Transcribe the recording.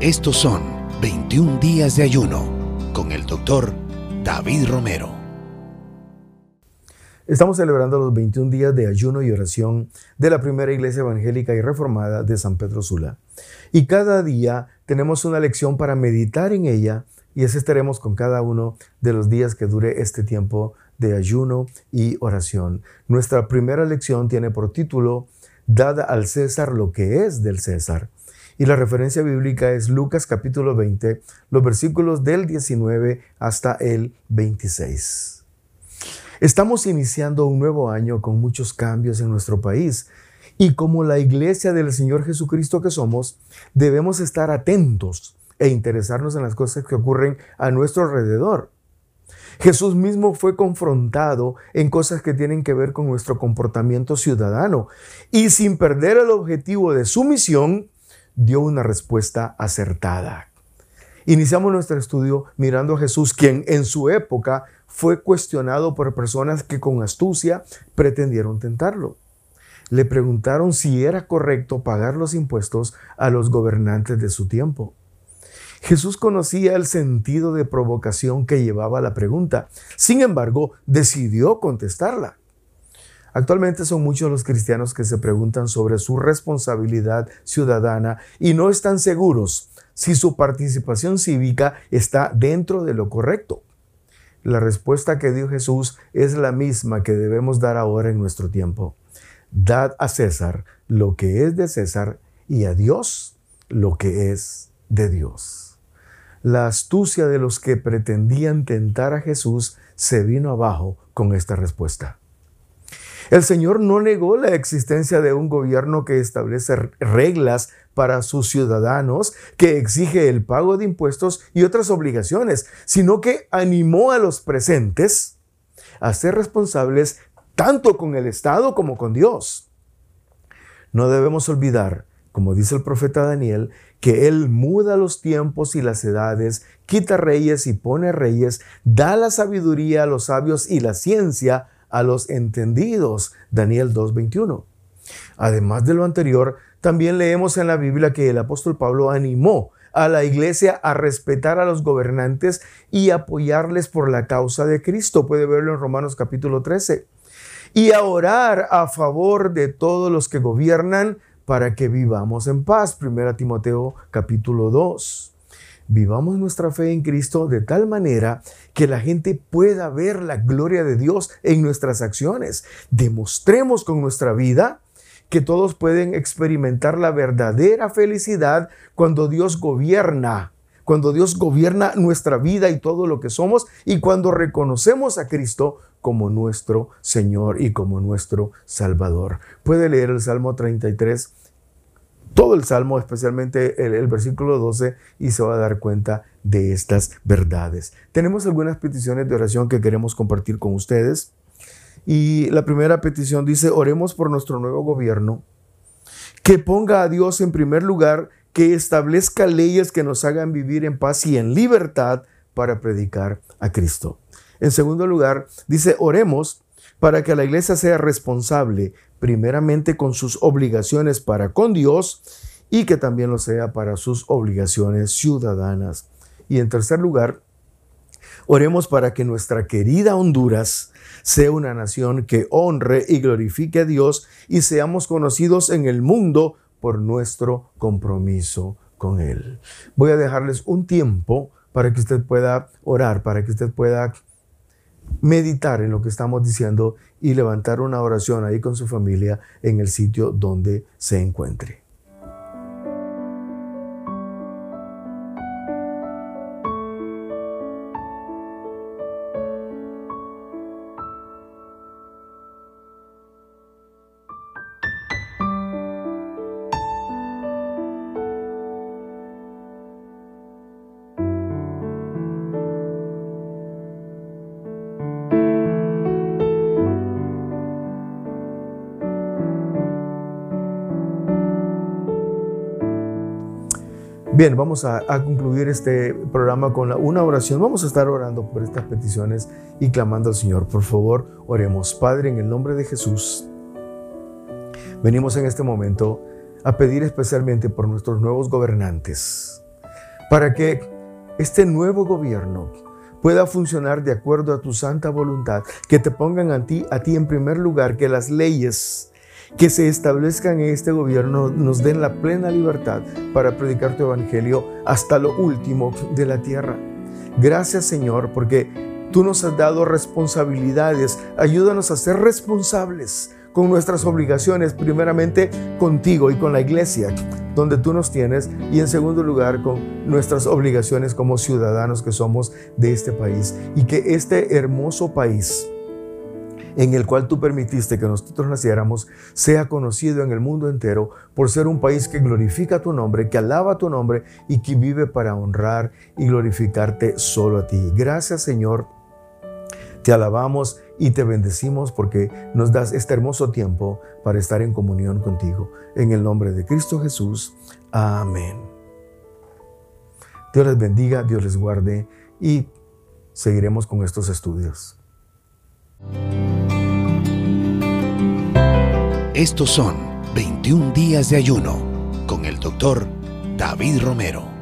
Estos son 21 días de ayuno con el doctor David Romero. Estamos celebrando los 21 días de ayuno y oración de la primera iglesia evangélica y reformada de San Pedro Sula. Y cada día tenemos una lección para meditar en ella, y así estaremos con cada uno de los días que dure este tiempo de ayuno y oración. Nuestra primera lección tiene por título "Dad al César lo que es del César". Y la referencia bíblica es Lucas capítulo 20, los versículos del 19 hasta el 26. Estamos iniciando un nuevo año con muchos cambios en nuestro país. Y como la iglesia del Señor Jesucristo que somos, debemos estar atentos e interesarnos en las cosas que ocurren a nuestro alrededor. Jesús mismo fue confrontado en cosas que tienen que ver con nuestro comportamiento ciudadano. Y sin perder el objetivo de su misión, dio una respuesta acertada. Iniciamos nuestro estudio mirando a Jesús, quien en su época fue cuestionado por personas que con astucia pretendieron tentarlo. Le preguntaron si era correcto pagar los impuestos a los gobernantes de su tiempo. Jesús conocía el sentido de provocación que llevaba la pregunta. Sin embargo, decidió contestarla. Actualmente son muchos los cristianos que se preguntan sobre su responsabilidad ciudadana y no están seguros si su participación cívica está dentro de lo correcto. La respuesta que dio Jesús es la misma que debemos dar ahora en nuestro tiempo. Dad a César lo que es de César y a Dios lo que es de Dios. La astucia de los que pretendían tentar a Jesús se vino abajo con esta respuesta. El Señor no negó la existencia de un gobierno que establece reglas para sus ciudadanos, que exige el pago de impuestos y otras obligaciones, sino que animó a los presentes a ser responsables tanto con el Estado como con Dios. No debemos olvidar, como dice el profeta Daniel, que Él muda los tiempos y las edades, quita reyes y pone reyes, da la sabiduría a los sabios y la ciencia a los entendidos. Daniel 2:21. Además de lo anterior, también leemos en la Biblia que el apóstol Pablo animó a la iglesia a respetar a los gobernantes y apoyarles por la causa de Cristo. Puede verlo en Romanos capítulo 13. Y a orar a favor de todos los que gobiernan para que vivamos en paz. 1 Timoteo capítulo 2. Vivamos nuestra fe en Cristo de tal manera que la gente pueda ver la gloria de Dios en nuestras acciones. Demostremos con nuestra vida que todos pueden experimentar la verdadera felicidad cuando Dios gobierna nuestra vida y todo lo que somos, y cuando reconocemos a Cristo como nuestro Señor y como nuestro Salvador. Puede leer el Salmo 33, todo el Salmo, especialmente el versículo 12, y se va a dar cuenta de estas verdades. Tenemos algunas peticiones de oración que queremos compartir con ustedes. Y la primera petición dice: oremos por nuestro nuevo gobierno, que ponga a Dios en primer lugar, que establezca leyes que nos hagan vivir en paz y en libertad para predicar a Cristo. En segundo lugar, dice: oremos para que la iglesia sea responsable primeramente con sus obligaciones para con Dios y que también lo sea para sus obligaciones ciudadanas. Y en tercer lugar, oremos para que nuestra querida Honduras sea una nación que honre y glorifique a Dios y seamos conocidos en el mundo por nuestro compromiso con Él. Voy a dejarles un tiempo para que usted pueda orar, para que usted pueda meditar en lo que estamos diciendo y levantar una oración ahí con su familia en el sitio donde se encuentre. Bien, vamos a concluir este programa con una oración. Vamos a estar orando por estas peticiones y clamando al Señor. Por favor, oremos. Padre, en el nombre de Jesús, venimos en este momento a pedir especialmente por nuestros nuevos gobernantes. para que este nuevo gobierno pueda funcionar de acuerdo a tu santa voluntad, que te pongan a ti en primer lugar, que las leyes que se establezcan en este gobierno nos den la plena libertad para predicar tu evangelio hasta lo último de la tierra. Gracias, Señor, porque tú nos has dado responsabilidades. Ayúdanos a ser responsables con nuestras obligaciones, primeramente contigo y con la iglesia donde tú nos tienes, y en segundo lugar con nuestras obligaciones como ciudadanos que somos de este país, y que este hermoso país en el cual tú permitiste que nosotros naciéramos sea conocido en el mundo entero por ser un país que glorifica tu nombre, que alaba tu nombre y que vive para honrar y glorificarte solo a ti. Gracias, Señor. Te alabamos y te bendecimos porque nos das este hermoso tiempo para estar en comunión contigo. En el nombre de Cristo Jesús. Amén. Dios les bendiga, Dios les guarde y seguiremos con estos estudios. Estos son 21 días de ayuno con el doctor David Romero.